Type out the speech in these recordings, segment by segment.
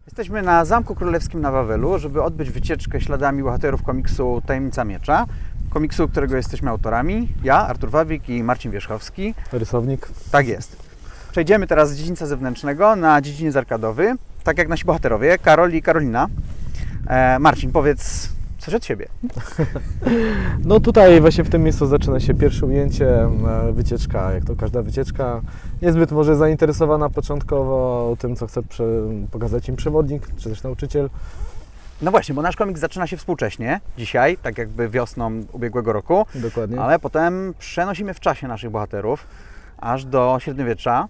Jesteśmy na Zamku Królewskim na Wawelu, żeby odbyć wycieczkę śladami bohaterów komiksu Tajemnica Miecza. Komiksu, którego jesteśmy autorami. Ja, Artur Wawik i Marcin Wierzchowski. Rysownik. Tak jest. Przejdziemy teraz z dziedzińca zewnętrznego na dziedziniec arkadowy, tak jak nasi bohaterowie, Karol i Karolina. Marcin, powiedz coś od siebie. No tutaj właśnie w tym miejscu zaczyna się pierwsze ujęcie, wycieczka, jak to każda wycieczka. Niezbyt może zainteresowana początkowo tym, co chce pokazać im przewodnik, czy też nauczyciel. No właśnie, bo nasz komiks zaczyna się współcześnie, dzisiaj, tak jakby wiosną ubiegłego roku. Dokładnie. Ale potem przenosimy w czasie naszych bohaterów, aż do średniowiecza.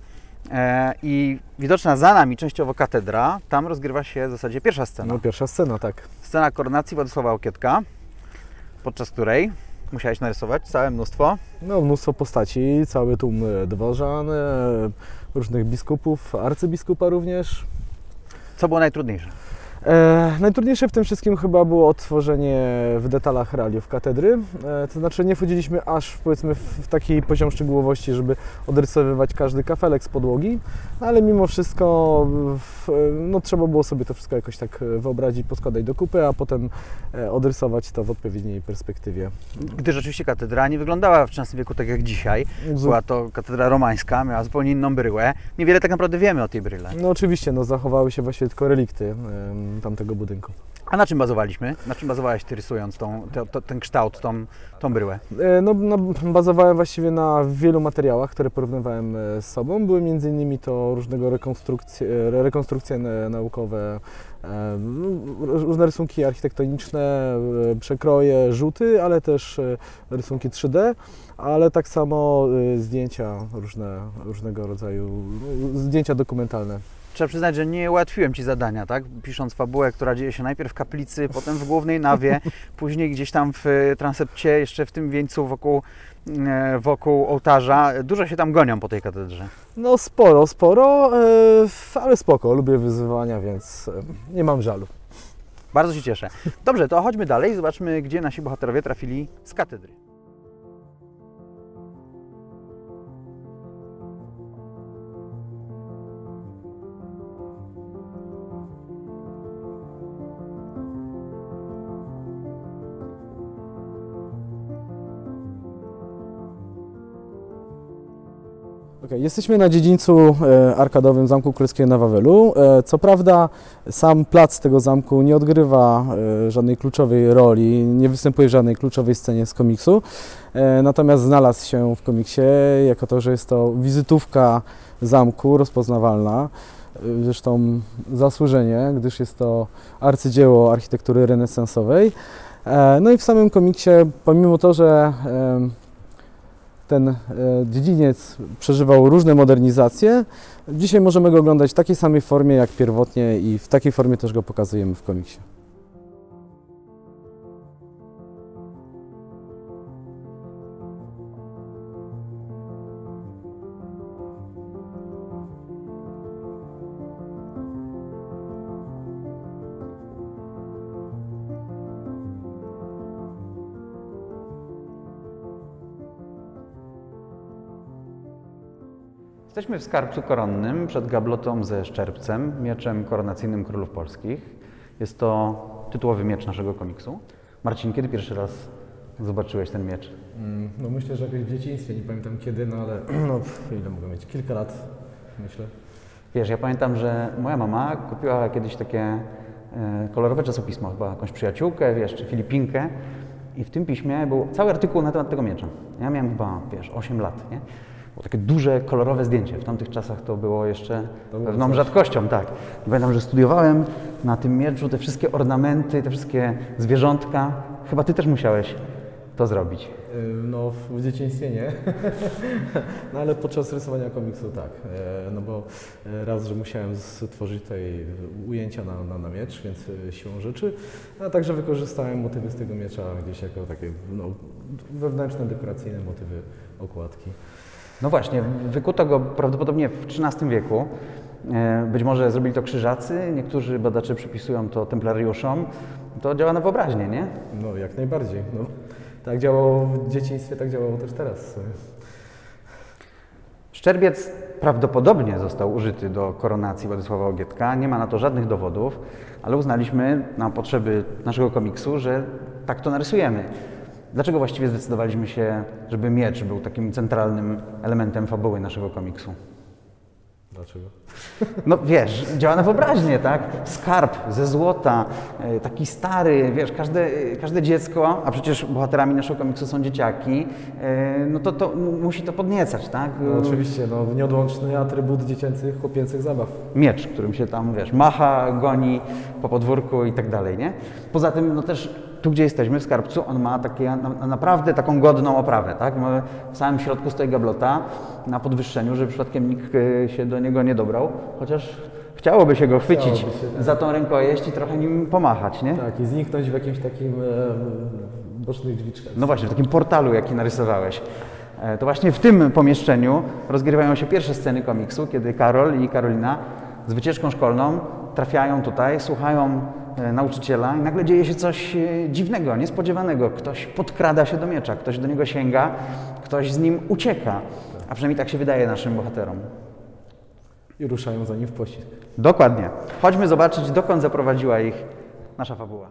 I widoczna za nami częściowo katedra, tam rozgrywa się w zasadzie pierwsza scena. No pierwsza scena, tak. Scena koronacji Władysława Łokietka, podczas której musiałeś narysować całe mnóstwo. No mnóstwo postaci, cały tłum dworzan, różnych biskupów, arcybiskupa również. Co było najtrudniejsze? Najtrudniejsze w tym wszystkim chyba było odtworzenie w detalach realiów katedry. To znaczy nie wchodziliśmy aż powiedzmy w taki poziom szczegółowości, żeby odrysowywać każdy kafelek z podłogi, ale mimo wszystko no, trzeba było sobie to wszystko jakoś tak wyobrazić, poskładać do kupy, a potem odrysować to w odpowiedniej perspektywie. Gdyż oczywiście katedra nie wyglądała w XIII wieku tak jak dzisiaj. Była to katedra romańska, miała zupełnie inną bryłę. Niewiele tak naprawdę wiemy o tej bryle. No oczywiście, no, zachowały się właściwie tylko relikty tamtego budynku. A na czym bazowaliśmy? Na czym bazowałeś Ty rysując ten kształt, tą bryłę? No, bazowałem właściwie na wielu materiałach, które porównywałem z sobą. Były m.in. to różnego rekonstrukcje naukowe, różne rysunki architektoniczne, przekroje, rzuty, ale też rysunki 3D, ale tak samo zdjęcia różnego rodzaju, zdjęcia dokumentalne. Trzeba przyznać, że nie ułatwiłem Ci zadania, tak? Pisząc fabułę, która dzieje się najpierw w kaplicy, potem w głównej nawie, później gdzieś tam w transepcie, jeszcze w tym wieńcu wokół ołtarza. Dużo się tam gonią po tej katedrze. No sporo, ale spoko. Lubię wyzwania, więc nie mam żalu. Bardzo się cieszę. Dobrze, to chodźmy dalej i zobaczmy, gdzie nasi bohaterowie trafili z katedry. Okay, jesteśmy na dziedzińcu arkadowym Zamku Królewskiego na Wawelu. Co prawda sam plac tego zamku nie odgrywa żadnej kluczowej roli, nie występuje w żadnej kluczowej scenie z komiksu, natomiast znalazł się w komiksie jako to, że jest to wizytówka zamku rozpoznawalna. Zresztą zasłużenie, gdyż jest to arcydzieło architektury renesansowej. No i w samym komiksie, pomimo to, że ten dziedziniec przeżywał różne modernizacje, dzisiaj możemy go oglądać w takiej samej formie jak pierwotnie i w takiej formie też go pokazujemy w komiksie. Jesteśmy w skarbcu koronnym przed gablotą ze szczerbcem, mieczem koronacyjnym królów polskich. Jest to tytułowy miecz naszego komiksu. Marcin, kiedy pierwszy raz zobaczyłeś ten miecz? No myślę, że jakoś w dzieciństwie, nie pamiętam kiedy, no ale no, ile mogę mieć? Kilka lat, myślę. Wiesz, ja pamiętam, że moja mama kupiła kiedyś takie kolorowe czasopismo, chyba jakąś przyjaciółkę, wiesz, czy Filipinkę. I w tym piśmie był cały artykuł na temat tego miecza. Ja miałem chyba, wiesz, 8 lat, nie? Było takie duże, kolorowe zdjęcie. W tamtych czasach to było jeszcze pewną rzadkością, tak. Pamiętam, że studiowałem na tym mieczu te wszystkie ornamenty, te wszystkie zwierzątka. Chyba Ty też musiałeś to zrobić. No w dzieciństwie nie, no ale podczas rysowania komiksu tak, no bo raz, że musiałem stworzyć tutaj ujęcia na miecz, więc siłą rzeczy, a także wykorzystałem motywy z tego miecza gdzieś jako takie no, wewnętrzne, dekoracyjne motywy okładki. No właśnie, wykuto go prawdopodobnie w XIII wieku. Być może zrobili to krzyżacy, niektórzy badacze przypisują to templariuszom. To działa na wyobraźnię, nie? No jak najbardziej. No. Tak działało w dzieciństwie, tak działało też teraz. Szczerbiec prawdopodobnie został użyty do koronacji Władysława Ogietka. Nie ma na to żadnych dowodów, ale uznaliśmy na potrzeby naszego komiksu, że tak to narysujemy. Dlaczego właściwie zdecydowaliśmy się, żeby miecz był takim centralnym elementem fabuły naszego komiksu? Dlaczego? No wiesz, działa na wyobraźnię, tak? Skarb ze złota, taki stary, wiesz, każde dziecko, a przecież bohaterami naszego komiksu są dzieciaki, no to musi to podniecać, tak? No, oczywiście, no, nieodłączny atrybut dziecięcych, chłopięcych zabaw. Miecz, którym się tam, wiesz, macha, goni po podwórku i tak dalej, nie? Poza tym, no też tu, gdzie jesteśmy, w Skarbcu, on ma takie, naprawdę taką godną oprawę, tak? Mamy w samym środku stoi gablota na podwyższeniu, żeby przypadkiem nikt się do niego nie dobrał, chociaż chciałoby się go chwycić za tą rękojeść i trochę nim pomachać, nie? Tak, i zniknąć w jakimś takim bocznych drzwiczkach. No właśnie, w takim portalu, jaki narysowałeś. To właśnie w tym pomieszczeniu rozgrywają się pierwsze sceny komiksu, kiedy Karol i Karolina z wycieczką szkolną trafiają tutaj, słuchają nauczyciela i nagle dzieje się coś dziwnego, niespodziewanego. Ktoś podkrada się do miecza, ktoś do niego sięga, ktoś z nim ucieka. A przynajmniej tak się wydaje naszym bohaterom. I ruszają za nim w pościg. Dokładnie. Chodźmy zobaczyć, dokąd zaprowadziła ich nasza fabuła.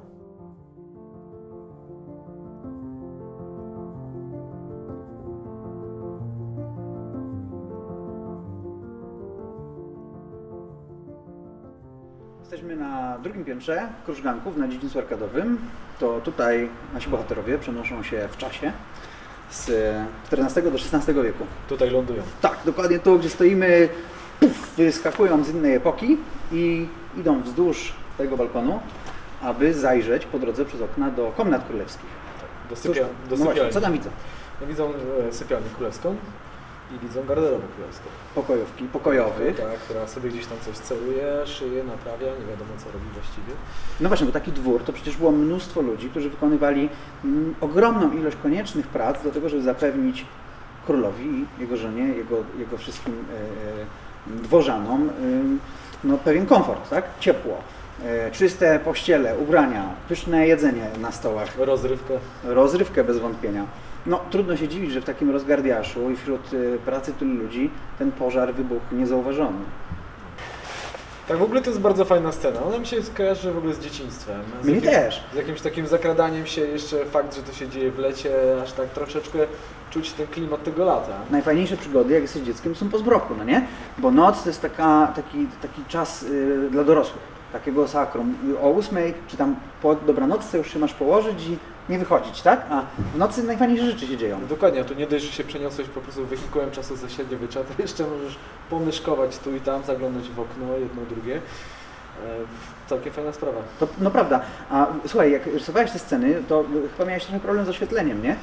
Jesteśmy na drugim piętrze Krużganków na dziedzińcu arkadowym. To tutaj nasi bohaterowie przenoszą się w czasie z XIV do XVI wieku. Tutaj lądują. Tak, dokładnie tu, gdzie stoimy, wyskakują z innej epoki i idą wzdłuż tego balkonu, aby zajrzeć po drodze przez okna do komnat królewskich. Do Cóż, sypialni. no właśnie, co tam widzą? No, widzą sypialnię królewską i widzą garderobę królewską. Pokojówki, pokojowych. Tak, która sobie gdzieś tam coś celuje, szyje, naprawia, nie wiadomo co robi właściwie. No właśnie, bo taki dwór to przecież było mnóstwo ludzi, którzy wykonywali ogromną ilość koniecznych prac do tego, żeby zapewnić królowi, jego żonie, jego wszystkim dworzanom no, pewien komfort, tak? Ciepło, czyste pościele, ubrania, pyszne jedzenie na stołach. Rozrywkę bez wątpienia. No trudno się dziwić, że w takim rozgardiaszu i wśród pracy tylu ludzi ten pożar wybuchł niezauważony. Tak, w ogóle to jest bardzo fajna scena. Ona mi się skojarzy w ogóle z dzieciństwem. Mnie też. Z jakimś takim zakradaniem się, jeszcze fakt, że to się dzieje w lecie, aż tak troszeczkę czuć ten klimat tego lata. Najfajniejsze przygody, jak jesteś dzieckiem, są po zmroku, no nie? Bo noc to jest taki czas dla dorosłych, takiego sakrum. O 8, czy tam po dobranocce już się masz położyć i nie wychodzić, tak? A w nocy najfajniejsze rzeczy się dzieją. Dokładnie, a tu nie dość, że się przeniosłeś po prostu wehikułem czasu ze średniowiecza, to jeszcze możesz pomyszkować tu i tam, zaglądać w okno, jedno, drugie. Całkiem fajna sprawa. To, no prawda. A słuchaj, jak rysowałeś te sceny, to chyba miałeś trochę problem z oświetleniem, nie?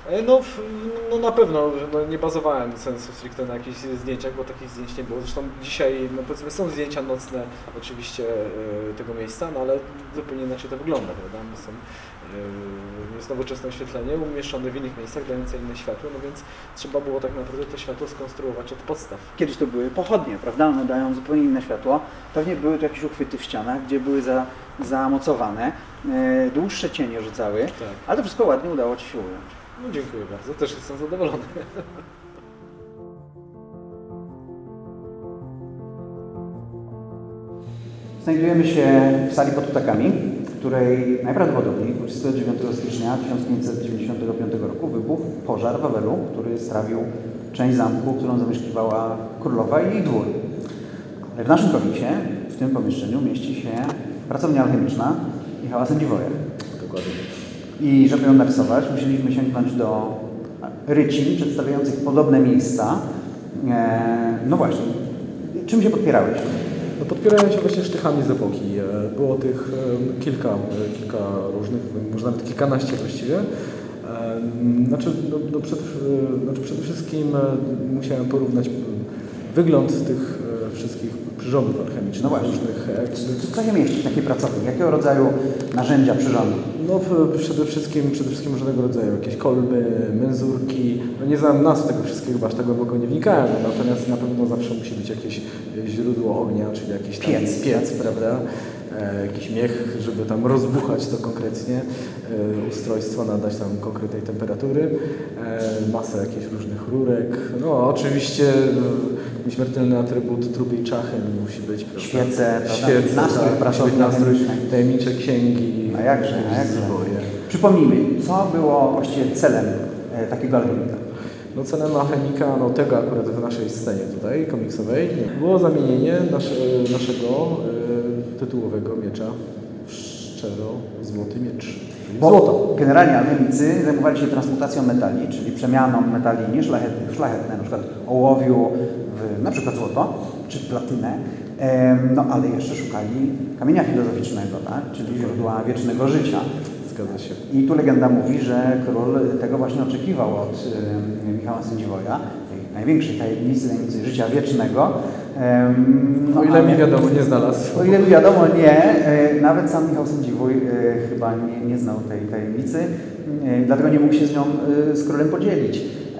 No na pewno, no nie bazowałem sensu stricte na jakichś zdjęciach, bo takich zdjęć nie było. Zresztą dzisiaj, no powiedzmy, są zdjęcia nocne oczywiście tego miejsca, no ale zupełnie inaczej to wygląda, prawda? Bo jest nowoczesne oświetlenie umieszczone w innych miejscach, dające inne światło, no więc trzeba było tak naprawdę to światło skonstruować od podstaw. Kiedyś to były pochodnie, prawda? One dają zupełnie inne światło. Pewnie były tu jakieś uchwyty w ścianach, gdzie były zamocowane, dłuższe cienie rzucały, tak. Ale to wszystko ładnie udało Ci się ująć. No dziękuję bardzo, też jestem zadowolony. Znajdujemy się w sali pod ptakami, w której najprawdopodobniej 29 stycznia 1595 roku wybuchł pożar w Wawelu, który strawił część zamku, którą zamieszkiwała królowa i jej dwór. W naszym komiksie, w tym pomieszczeniu, mieści się pracownia alchemiczna Michała Sędziwoja. Dokładnie. I żeby ją narysować, musieliśmy sięgnąć do rycin przedstawiających podobne miejsca. No właśnie, czym się podpierałeś? No podpierałem się właśnie sztychami z epoki. Było tych kilka różnych, może nawet kilkanaście właściwie. Przede wszystkim musiałem porównać wygląd tych wszystkich przyrządów alchemicznych. No właśnie. Co się mieści w takiej pracowni? Jakiego rodzaju narzędzia, przyrządy? No przede wszystkim różnego rodzaju jakieś kolby, menzurki. No nie znam nazw tego wszystkiego, bo aż tak głęboko nie wnikałem, natomiast na pewno zawsze musi być jakieś źródło ognia, czyli jakiś piec, prawda? jakiś miech, żeby tam rozbuchać to konkretnie, ustrojstwo, nadać tam konkretnej temperatury, masę jakichś różnych rurek. No oczywiście nieśmiertelny atrybut trupiej czachy musi być. Prawda? Świece, Świece, nastrój tak, pracowni nastrój, chemicznej. tajemnicze księgi. A jakże, a jakże. Zwoje. Przypomnijmy, co było właściwie celem takiego alchemika? No celem alchemika, no tego akurat w naszej scenie tutaj komiksowej, było zamienienie naszego tytułowego miecza w szczero-złoty miecz. Bo Złoto. generalnie alchemicy zajmowali się transmutacją metali, czyli przemianą metali nieszlachetnych w szlachetne, na przykład ołowiu w na przykład złoto czy platynę, no ale jeszcze szukali kamienia filozoficznego, tak? Czyli źródła wiecznego życia. Zgadza się. I tu legenda mówi, że król tego właśnie oczekiwał od Michała Sędziwoja, tej największej tajemnicy życia wiecznego. No, O ile mi wiadomo, nie znalazł. O ile mi wiadomo, nie. Nawet sam Michał Sędziwój chyba nie znał tej tajemnicy, dlatego nie mógł się z nią z królem podzielić.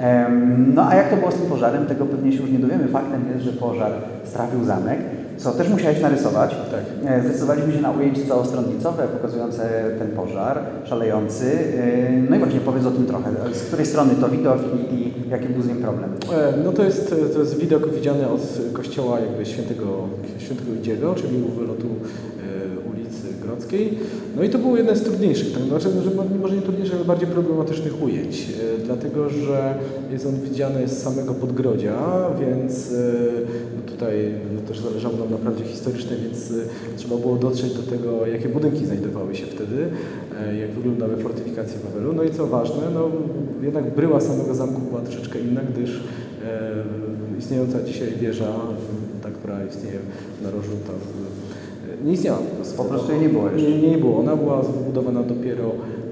No a jak to było z tym pożarem, tego pewnie się już nie dowiemy. Faktem jest, że pożar strawił zamek, co też musiałeś narysować. Tak. Zdecydowaliśmy się na ujęcie całostronnicowe, pokazujące ten pożar szalejący. No i właśnie powiedz o tym trochę. Z której strony to widok i jaki był z nim problem? No to jest widok widziany od kościoła jakby świętego Idziego, czyli u wylotu ulicy Grodzkiej. No i to było jedne z trudniejszych, tak? Znaczy, może nie trudniejszych, ale bardziej problematycznych ujęć, dlatego że jest on widziany z samego podgrodzia, więc no tutaj no też zależało nam na prawdzie historycznej, więc trzeba było dotrzeć do tego, jakie budynki znajdowały się wtedy, jak wyglądały fortyfikacje Wawelu. No i co ważne, no jednak bryła samego zamku była troszeczkę inna, gdyż istniejąca dzisiaj wieża, ta, która istnieje w narożu, tam nie istniała po prostu. Po prostu jej nie było jeszcze. Nie było. Ona była zbudowana dopiero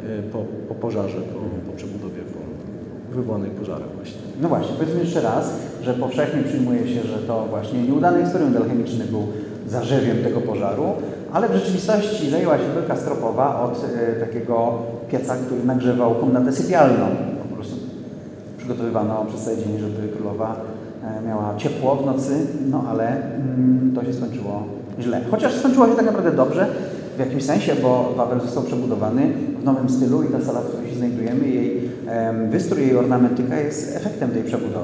po pożarze, po przebudowie, po wywołanej pożarem właśnie. No właśnie, powiedzmy jeszcze raz, że powszechnie przyjmuje się, że to właśnie nieudany eksperyment alchemiczny był zarzewiem tego pożaru, ale w rzeczywistości zajęła się wielka Stropowa od takiego pieca, który nagrzewał komnatę sypialną. Po prostu przygotowywano przez cały dzień, żeby królowa miała ciepło w nocy, no ale to się skończyło źle. Chociaż skończyło się tak naprawdę dobrze w jakimś sensie, bo Wawel został przebudowany w nowym stylu i ta sala, w której się znajdujemy, jej wystrój, jej ornamentyka jest efektem tej przebudowy.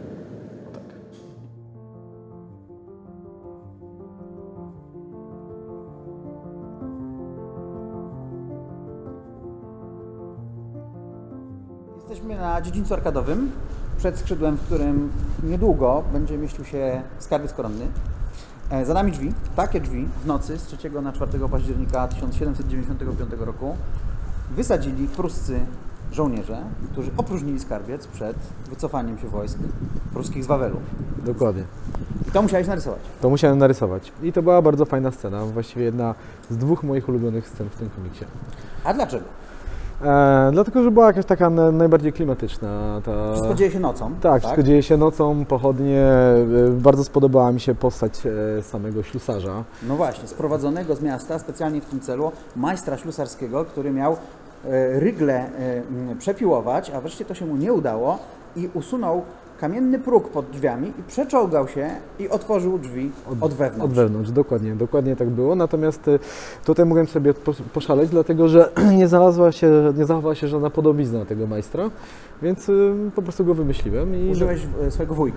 Jesteśmy na dziedzińcu arkadowym, przed skrzydłem, w którym niedługo będzie mieścił się skarbiec koronny. Za nami drzwi, takie drzwi w nocy z 3 na 4 października 1795 roku wysadzili pruscy żołnierze, którzy opróżnili skarbiec przed wycofaniem się wojsk pruskich z Wawelu. Dokładnie. I to musiałeś narysować. To musiałem narysować. I to była bardzo fajna scena, właściwie jedna z 2 moich ulubionych scen w tym komiksie. A dlaczego? Dlatego, że była jakaś taka najbardziej klimatyczna. Wszystko dzieje się nocą. Tak, wszystko dzieje się nocą, pochodnie. Bardzo spodobała mi się postać samego ślusarza. No właśnie, sprowadzonego z miasta specjalnie w tym celu majstra ślusarskiego, który miał rygle przepiłować, a wreszcie to się mu nie udało i usunął kamienny próg pod drzwiami i przeczołgał się i otworzył drzwi od wewnątrz. Od wewnątrz, dokładnie tak było. Natomiast tutaj mogłem sobie poszaleć, dlatego że nie zachowała się żadna podobizna tego majstra, więc po prostu go wymyśliłem. I użyłeś swojego wujka.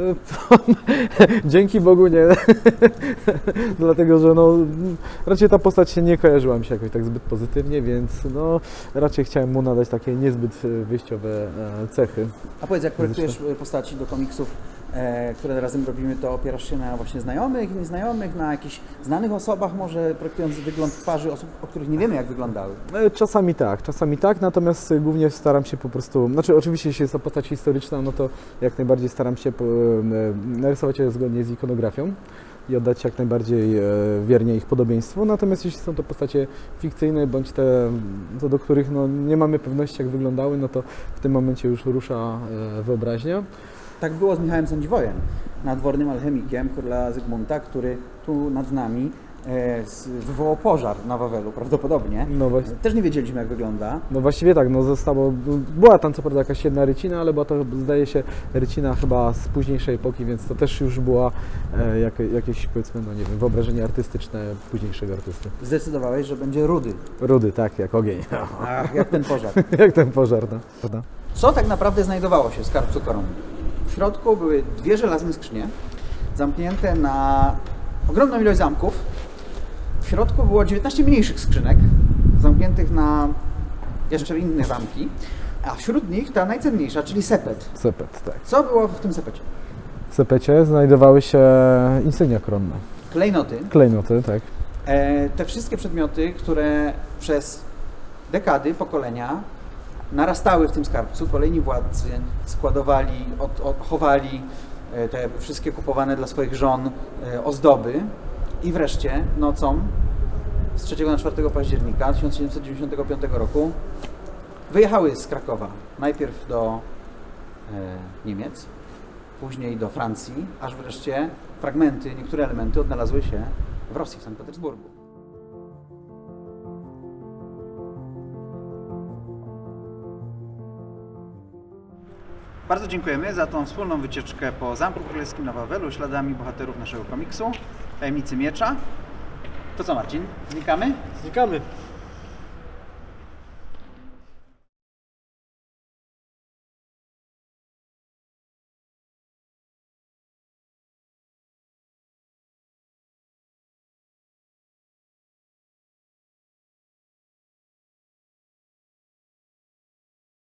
Dzięki Bogu nie, dlatego że no, raczej ta postać się nie kojarzyła mi się jakoś tak zbyt pozytywnie, więc no, raczej chciałem mu nadać takie niezbyt wyjściowe cechy. A powiedz, jak projektujesz postaci do komiksów, które razem robimy, to opierasz się na właśnie znajomych, nieznajomych, na jakichś znanych osobach, może projektując wygląd twarzy osób, o których nie wiemy, jak wyglądały? Czasami tak, natomiast głównie staram się po prostu, znaczy oczywiście jeśli jest to postać historyczna, no to jak najbardziej staram się narysować je zgodnie z ikonografią i oddać jak najbardziej wiernie ich podobieństwu, natomiast jeśli są to postacie fikcyjne, bądź te, co do których no, nie mamy pewności, jak wyglądały, no to w tym momencie już rusza wyobraźnia. Tak było z Michałem Sędziwojem, nadwornym alchemikiem króla Zygmunta, który tu nad nami wywołał pożar na Wawelu prawdopodobnie. No właśnie. Też nie wiedzieliśmy, jak wygląda. No właściwie tak, no była tam co prawda jakaś jedna rycina, ale była to, zdaje się, rycina chyba z późniejszej epoki, więc to też już była jakieś, powiedzmy, no nie wiem, wyobrażenie artystyczne późniejszego artysty. Zdecydowałeś, że będzie rudy. Rudy, tak, jak ogień. Ach, jak ten pożar. Jak ten pożar, no. Prawda? Co tak naprawdę znajdowało się w skarbcu korony? W środku były 2 żelazne skrzynie, zamknięte na ogromną ilość zamków. W środku było 19 mniejszych skrzynek, zamkniętych na jeszcze inne zamki, a wśród nich ta najcenniejsza, czyli sepet. Sepet, tak. Co było w tym sepecie? W sepecie znajdowały się insygnia koronne. Klejnoty. Klejnoty, tak. Te wszystkie przedmioty, które przez dekady, pokolenia narastały w tym skarbcu. Kolejni władcy składowali, chowali te wszystkie kupowane dla swoich żon ozdoby i wreszcie nocą z 3 na 4 października 1795 roku wyjechały z Krakowa. Najpierw do Niemiec, później do Francji, aż wreszcie fragmenty, niektóre elementy odnalazły się w Rosji, w Sankt Petersburgu. Bardzo dziękujemy za tą wspólną wycieczkę po Zamku Królewskim na Wawelu, śladami bohaterów naszego komiksu, Tajemnicy Miecza. To co, Marcin? Znikamy? Znikamy.